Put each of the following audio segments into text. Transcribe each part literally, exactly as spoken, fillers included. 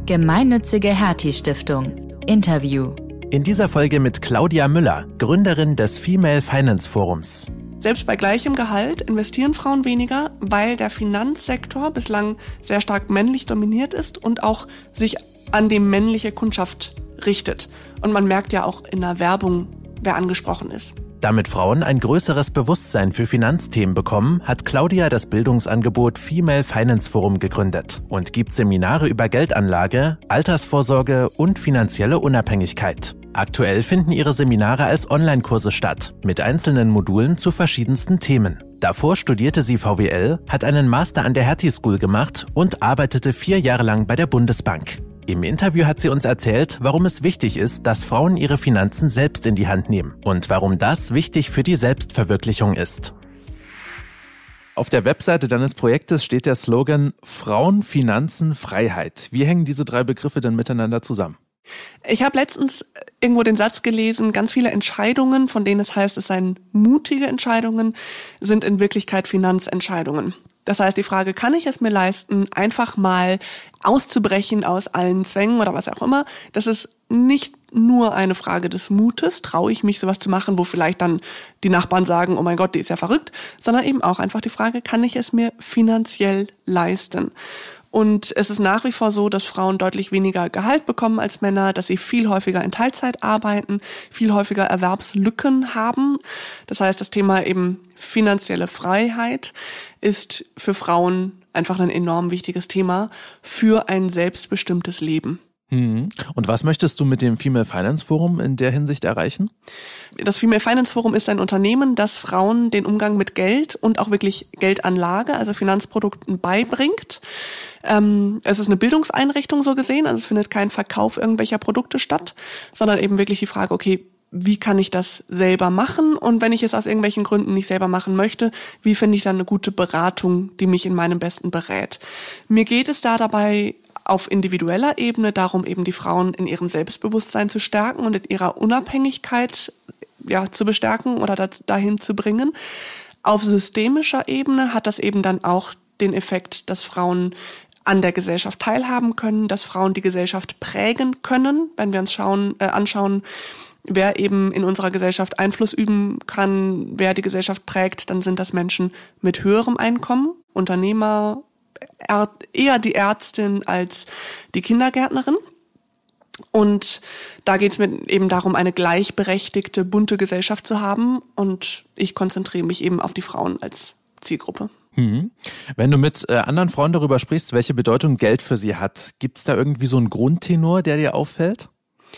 Gemeinnützige Hertie-Stiftung. Interview. In dieser Folge mit Claudia Müller, Gründerin des Female Finance Forums. Selbst bei gleichem Gehalt investieren Frauen weniger, weil der Finanzsektor bislang sehr stark männlich dominiert ist und auch sich an die männliche Kundschaft richtet. Und man merkt ja auch in der Werbung, wer angesprochen ist. Damit Frauen ein größeres Bewusstsein für Finanzthemen bekommen, hat Claudia das Bildungsangebot Female Finance Forum gegründet und gibt Seminare über Geldanlage, Altersvorsorge und finanzielle Unabhängigkeit. Aktuell finden ihre Seminare als Online-Kurse statt, mit einzelnen Modulen zu verschiedensten Themen. Davor studierte sie V W L, hat einen Master an der Hertie School gemacht und arbeitete vier Jahre lang bei der Bundesbank. Im Interview hat sie uns erzählt, warum es wichtig ist, dass Frauen ihre Finanzen selbst in die Hand nehmen und warum das wichtig für die Selbstverwirklichung ist. Auf der Webseite deines Projektes steht der Slogan Frauen, Finanzen, Freiheit. Wie hängen diese drei Begriffe denn miteinander zusammen? Ich habe letztens irgendwo den Satz gelesen, ganz viele Entscheidungen, von denen es heißt, es seien mutige Entscheidungen, sind in Wirklichkeit Finanzentscheidungen. Das heißt, die Frage, kann ich es mir leisten, einfach mal auszubrechen aus allen Zwängen oder was auch immer, das ist nicht nur eine Frage des Mutes, traue ich mich sowas zu machen, wo vielleicht dann die Nachbarn sagen, oh mein Gott, die ist ja verrückt, sondern eben auch einfach die Frage, kann ich es mir finanziell leisten? Und es ist nach wie vor so, dass Frauen deutlich weniger Gehalt bekommen als Männer, dass sie viel häufiger in Teilzeit arbeiten, viel häufiger Erwerbslücken haben. Das heißt, das Thema eben finanzielle Freiheit ist für Frauen einfach ein enorm wichtiges Thema für ein selbstbestimmtes Leben. Und was möchtest du mit dem Female Finance Forum in der Hinsicht erreichen? Das Female Finance Forum ist ein Unternehmen, das Frauen den Umgang mit Geld und auch wirklich Geldanlage, also Finanzprodukten, beibringt. Ähm, es ist eine Bildungseinrichtung so gesehen, also es findet kein Verkauf irgendwelcher Produkte statt, sondern eben wirklich die Frage, okay, wie kann ich das selber machen? Und wenn ich es aus irgendwelchen Gründen nicht selber machen möchte, wie finde ich dann eine gute Beratung, die mich in meinem Besten berät? Mir geht es da dabei auf individueller Ebene darum, eben die Frauen in ihrem Selbstbewusstsein zu stärken und in ihrer Unabhängigkeit ja, zu bestärken oder dahin zu bringen. Auf systemischer Ebene hat das eben dann auch den Effekt, dass Frauen an der Gesellschaft teilhaben können, dass Frauen die Gesellschaft prägen können, wenn wir uns schauen, äh, anschauen, wer eben in unserer Gesellschaft Einfluss üben kann, wer die Gesellschaft prägt, dann sind das Menschen mit höherem Einkommen, Unternehmer, eher die Ärztin als die Kindergärtnerin. Und da geht es mir eben darum, eine gleichberechtigte, bunte Gesellschaft zu haben. Und ich konzentriere mich eben auf die Frauen als Zielgruppe. Hm. Wenn du mit äh, anderen Frauen darüber sprichst, welche Bedeutung Geld für sie hat, gibt es da irgendwie so einen Grundtenor, der dir auffällt?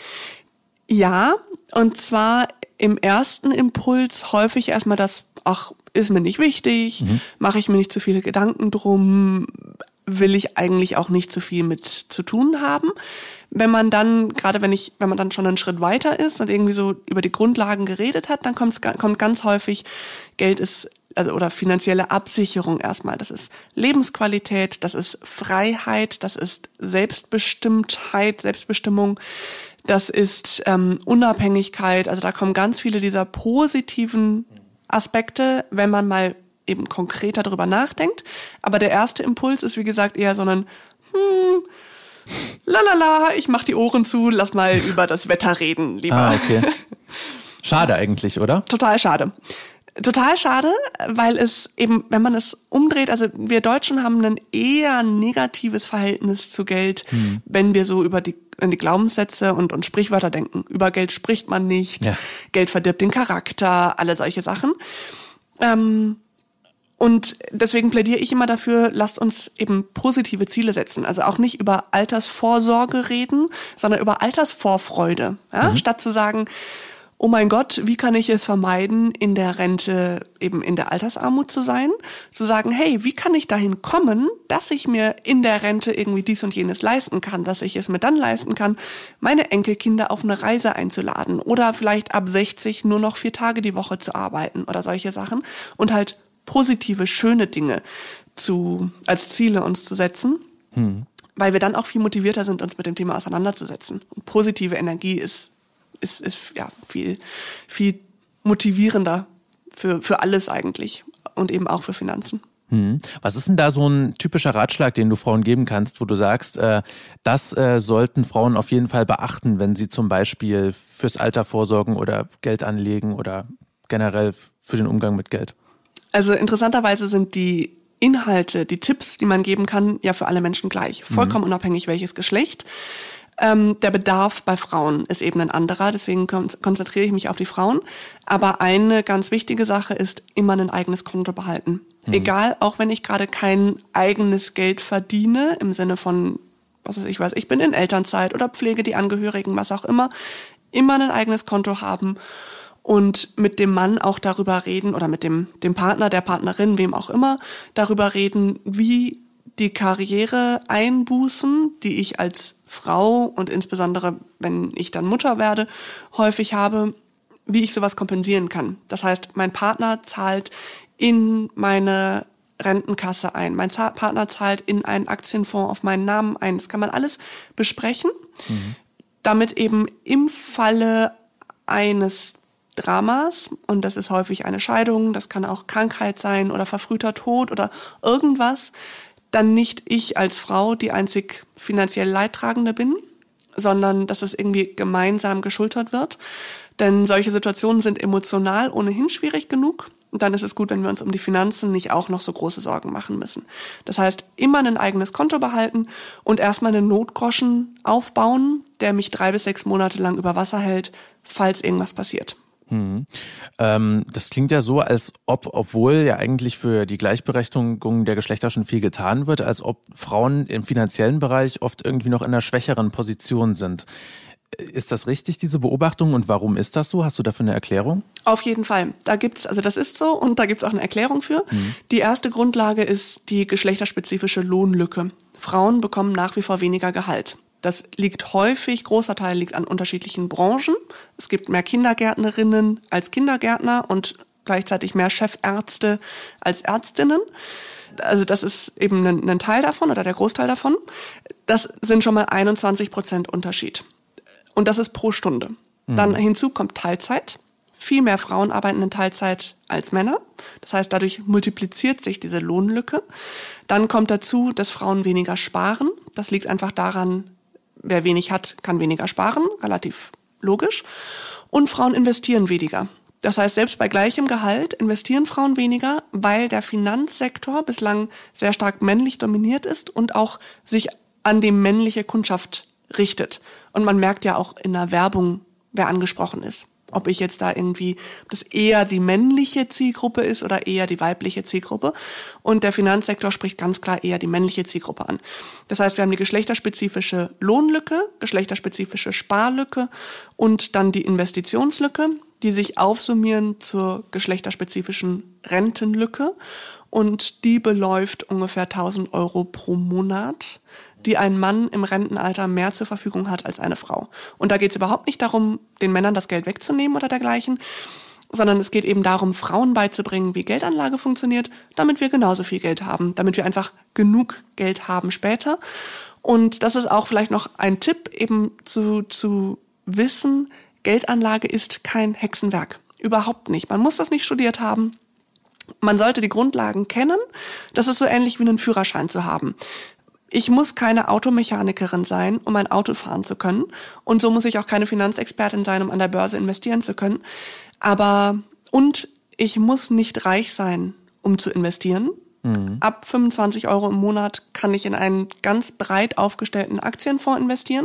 Ja, und zwar im ersten Impuls häufig erstmal das, ach, ist mir nicht wichtig, mhm. mache ich mir nicht zu viele Gedanken drum, will ich eigentlich auch nicht zu viel mit zu tun haben. Wenn man dann, gerade wenn ich, wenn man dann schon einen Schritt weiter ist und irgendwie so über die Grundlagen geredet hat, dann kommt's, kommt ganz häufig, Geld ist, also oder finanzielle Absicherung erstmal. Das ist Lebensqualität, das ist Freiheit, das ist Selbstbestimmtheit, Selbstbestimmung. Das ist ähm, Unabhängigkeit, also da kommen ganz viele dieser positiven Aspekte, wenn man mal eben konkreter darüber nachdenkt. Aber der erste Impuls ist, wie gesagt, eher so ein hm, lalala, ich mach die Ohren zu, lass mal über das Wetter reden, lieber. Ah, okay. Schade eigentlich, oder? Total schade. Total schade, weil es eben, wenn man es umdreht, also wir Deutschen haben ein eher negatives Verhältnis zu Geld, hm. wenn wir so über die, in die Glaubenssätze und, und Sprichwörter denken. Über Geld spricht man nicht, ja. Geld verdirbt den Charakter, alle solche Sachen. Ähm, und deswegen plädiere ich immer dafür, lasst uns eben positive Ziele setzen. Also auch nicht über Altersvorsorge reden, sondern über Altersvorfreude. Ja? Mhm. Statt zu sagen, oh mein Gott, wie kann ich es vermeiden, in der Rente, eben in der Altersarmut zu sein? Zu sagen, hey, wie kann ich dahin kommen, dass ich mir in der Rente irgendwie dies und jenes leisten kann, dass ich es mir dann leisten kann, meine Enkelkinder auf eine Reise einzuladen oder vielleicht ab sechzig nur noch vier Tage die Woche zu arbeiten oder solche Sachen und halt positive, schöne Dinge zu, als Ziele uns zu setzen, hm. weil wir dann auch viel motivierter sind, uns mit dem Thema auseinanderzusetzen. Und positive Energie ist ist, ist ja viel, viel motivierender für, für alles eigentlich und eben auch für Finanzen. Hm. Was ist denn da so ein typischer Ratschlag, den du Frauen geben kannst, wo du sagst, äh, das äh, sollten Frauen auf jeden Fall beachten, wenn sie zum Beispiel fürs Alter vorsorgen oder Geld anlegen oder generell für den Umgang mit Geld? Also interessanterweise sind die Inhalte, die Tipps, die man geben kann, ja für alle Menschen gleich. Vollkommen mhm. unabhängig, welches Geschlecht. Ähm, der Bedarf bei Frauen ist eben ein anderer, deswegen kon- konzentriere ich mich auf die Frauen. Aber eine ganz wichtige Sache ist, immer ein eigenes Konto behalten. Mhm. Egal, auch wenn ich gerade kein eigenes Geld verdiene, im Sinne von, was weiß ich was, ich bin in Elternzeit oder pflege die Angehörigen, was auch immer, immer ein eigenes Konto haben und mit dem Mann auch darüber reden oder mit dem, dem Partner, der Partnerin, wem auch immer, darüber reden, wie die Karriereeinbußen, die ich als Frau und insbesondere, wenn ich dann Mutter werde, häufig habe, wie ich sowas kompensieren kann. Das heißt, mein Partner zahlt in meine Rentenkasse ein, mein Partner zahlt in einen Aktienfonds auf meinen Namen ein. Das kann man alles besprechen, mhm. damit eben im Falle eines Dramas, und das ist häufig eine Scheidung, das kann auch Krankheit sein oder verfrühter Tod oder irgendwas, dann nicht ich als Frau die einzig finanziell Leidtragende bin, sondern dass es irgendwie gemeinsam geschultert wird. Denn solche Situationen sind emotional ohnehin schwierig genug. Und dann ist es gut, wenn wir uns um die Finanzen nicht auch noch so große Sorgen machen müssen. Das heißt, immer ein eigenes Konto behalten und erstmal einen Notgroschen aufbauen, der mich drei bis sechs Monate lang über Wasser hält, falls irgendwas passiert. Hm. Ähm, das klingt ja so, als ob, obwohl ja eigentlich für die Gleichberechtigung der Geschlechter schon viel getan wird, als ob Frauen im finanziellen Bereich oft irgendwie noch in einer schwächeren Position sind. Ist das richtig, diese Beobachtung, und warum ist das so? Hast du dafür eine Erklärung? Auf jeden Fall. Da gibt's, also das ist so, und da gibt's auch eine Erklärung für. Mhm. Die erste Grundlage ist die geschlechterspezifische Lohnlücke. Frauen bekommen nach wie vor weniger Gehalt. Das liegt häufig, großer Teil liegt an unterschiedlichen Branchen. Es gibt mehr Kindergärtnerinnen als Kindergärtner und gleichzeitig mehr Chefärzte als Ärztinnen. Also das ist eben ein, ein Teil davon oder der Großteil davon. Das sind schon mal einundzwanzig Prozent Unterschied. Und das ist pro Stunde. Mhm. Dann hinzu kommt Teilzeit. Viel mehr Frauen arbeiten in Teilzeit als Männer. Das heißt, dadurch multipliziert sich diese Lohnlücke. Dann kommt dazu, dass Frauen weniger sparen. Das liegt einfach daran, wer wenig hat, kann weniger sparen. Relativ logisch. Und Frauen investieren weniger. Das heißt, selbst bei gleichem Gehalt investieren Frauen weniger, weil der Finanzsektor bislang sehr stark männlich dominiert ist und auch sich an die männliche Kundschaft richtet. Und man merkt ja auch in der Werbung, wer angesprochen ist. Ob ich jetzt da irgendwie, ob das eher die männliche Zielgruppe ist oder eher die weibliche Zielgruppe. Und der Finanzsektor spricht ganz klar eher die männliche Zielgruppe an. Das heißt, wir haben die geschlechterspezifische Lohnlücke, geschlechterspezifische Sparlücke und dann die Investitionslücke, die sich aufsummieren zur geschlechterspezifischen Rentenlücke. Und die beläuft ungefähr tausend Euro pro Monat, die ein Mann im Rentenalter mehr zur Verfügung hat als eine Frau. Und da geht es überhaupt nicht darum, den Männern das Geld wegzunehmen oder dergleichen, sondern es geht eben darum, Frauen beizubringen, wie Geldanlage funktioniert, damit wir genauso viel Geld haben, damit wir einfach genug Geld haben später. Und das ist auch vielleicht noch ein Tipp, eben zu, zu wissen, Geldanlage ist kein Hexenwerk. Überhaupt nicht. Man muss das nicht studiert haben. Man sollte die Grundlagen kennen. Das ist so ähnlich wie einen Führerschein zu haben. Ich muss keine Automechanikerin sein, um ein Auto fahren zu können. Und so muss ich auch keine Finanzexpertin sein, um an der Börse investieren zu können. Aber, und ich muss nicht reich sein, um zu investieren. Mhm. Ab fünfundzwanzig Euro im Monat kann ich in einen ganz breit aufgestellten Aktienfonds investieren.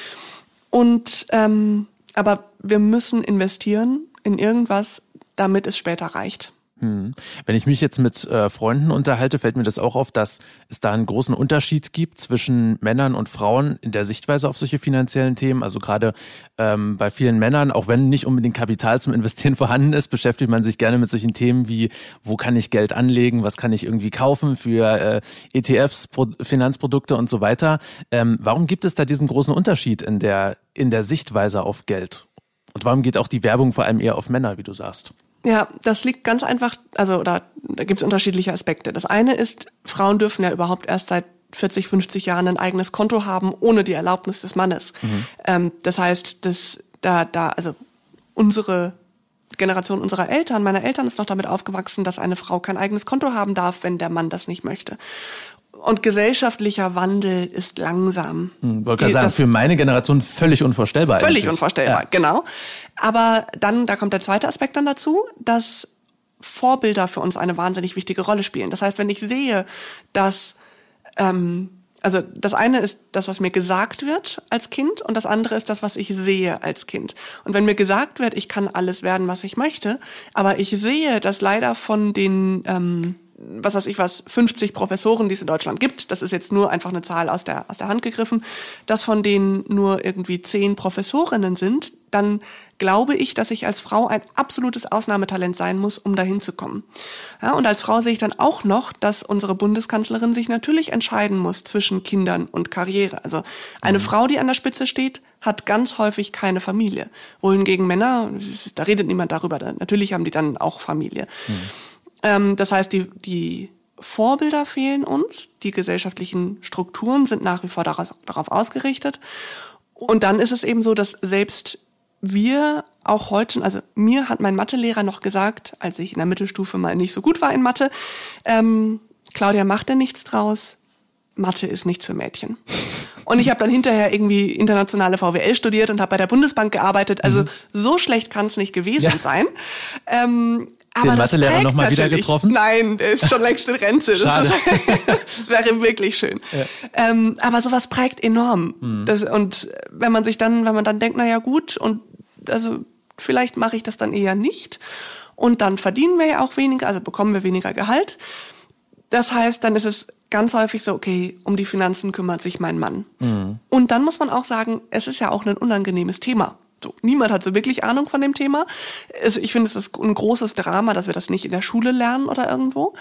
Und, ähm, aber wir müssen investieren in irgendwas, damit es später reicht. Hm. Wenn ich mich jetzt mit äh, Freunden unterhalte, fällt mir das auch auf, dass es da einen großen Unterschied gibt zwischen Männern und Frauen in der Sichtweise auf solche finanziellen Themen. Also gerade ähm, bei vielen Männern, auch wenn nicht unbedingt Kapital zum Investieren vorhanden ist, beschäftigt man sich gerne mit solchen Themen wie, wo kann ich Geld anlegen, was kann ich irgendwie kaufen für äh, E T Fs, Pro- Finanzprodukte und so weiter. Ähm, warum gibt es da diesen großen Unterschied in der, in der Sichtweise auf Geld? Und warum geht auch die Werbung vor allem eher auf Männer, wie du sagst? Ja, das liegt ganz einfach, also oder da gibt es unterschiedliche Aspekte. Das eine ist, Frauen dürfen ja überhaupt erst seit vierzig, fünfzig Jahren ein eigenes Konto haben, ohne die Erlaubnis des Mannes. Mhm. Ähm, das heißt, dass da, da, also unsere Generation unserer Eltern, meiner Eltern ist noch damit aufgewachsen, dass eine Frau kein eigenes Konto haben darf, wenn der Mann das nicht möchte. Und gesellschaftlicher Wandel ist langsam. Hm, wollte gerade sagen, für meine Generation völlig unvorstellbar. Völlig eigentlich. unvorstellbar, ja. Genau. Aber dann, da kommt der zweite Aspekt dann dazu, dass Vorbilder für uns eine wahnsinnig wichtige Rolle spielen. Das heißt, wenn ich sehe, dass, ähm, also das eine ist das, was mir gesagt wird als Kind, und das andere ist das, was ich sehe als Kind. Und wenn mir gesagt wird, ich kann alles werden, was ich möchte, aber ich sehe, dass leider von den ähm, was weiß ich was, fünfzig Professoren, die es in Deutschland gibt, das ist jetzt nur einfach eine Zahl aus der aus der Hand gegriffen, dass von denen nur irgendwie zehn Professorinnen sind, dann glaube ich, dass ich als Frau ein absolutes Ausnahmetalent sein muss, um dahin zu kommen. Ja, und als Frau sehe ich dann auch noch, dass unsere Bundeskanzlerin sich natürlich entscheiden muss zwischen Kindern und Karriere. Also eine mhm. Frau, die an der Spitze steht, hat ganz häufig keine Familie. Wohingegen Männer, da redet niemand darüber, natürlich haben die dann auch Familie. Mhm. Das heißt, die, die Vorbilder fehlen uns, die gesellschaftlichen Strukturen sind nach wie vor daraus, darauf ausgerichtet. Und dann ist es eben so, dass selbst wir auch heute, also mir hat mein Mathelehrer noch gesagt, als ich in der Mittelstufe mal nicht so gut war in Mathe, ähm, Claudia, mach dir nichts draus, Mathe ist nichts für Mädchen. Und ich habe dann hinterher irgendwie internationale V W L studiert und habe bei der Bundesbank gearbeitet. Also mhm. so schlecht kann es nicht gewesen ja. sein. Ähm, Den Mathelehrer nochmal wieder getroffen? Nein, der ist schon längst in Rente. Schade. Das, das wäre wirklich schön. Ja. Ähm, aber sowas prägt enorm. Mhm. Das, und wenn man sich dann, wenn man dann denkt, na ja gut, und also vielleicht mache ich das dann eher nicht. Und dann verdienen wir ja auch weniger, also bekommen wir weniger Gehalt. Das heißt, dann ist es ganz häufig so, okay, um die Finanzen kümmert sich mein Mann. Mhm. Und dann muss man auch sagen, es ist ja auch ein unangenehmes Thema. So, niemand hat so wirklich Ahnung von dem Thema. Also ich finde, es ist ein großes Drama, dass wir das nicht in der Schule lernen oder irgendwo.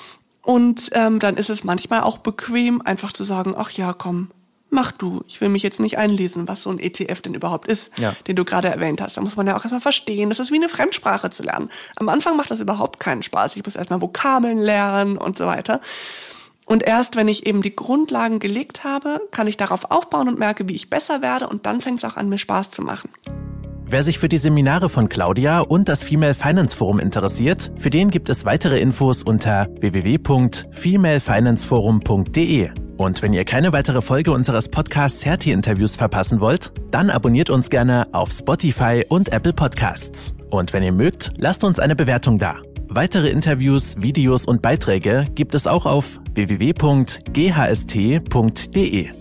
Und ähm, dann ist es manchmal auch bequem, einfach zu sagen, ach ja, komm, mach du. Ich will mich jetzt nicht einlesen, was so ein E T F denn überhaupt ist, ja. den du gerade erwähnt hast. Da muss man ja auch erstmal verstehen. Das ist wie eine Fremdsprache zu lernen. Am Anfang macht das überhaupt keinen Spaß. Ich muss erstmal Vokabeln lernen und so weiter. Und erst wenn ich eben die Grundlagen gelegt habe, kann ich darauf aufbauen und merke, wie ich besser werde. Und dann fängt es auch an, mir Spaß zu machen. Wer sich für die Seminare von Claudia und das Female Finance Forum interessiert, für den gibt es weitere Infos unter w w w punkt female finance forum punkt d e. Und wenn ihr keine weitere Folge unseres Podcasts Hertie Interviews verpassen wollt, dann abonniert uns gerne auf Spotify und Apple Podcasts. Und wenn ihr mögt, lasst uns eine Bewertung da. Weitere Interviews, Videos und Beiträge gibt es auch auf w w w punkt g h s t punkt d e.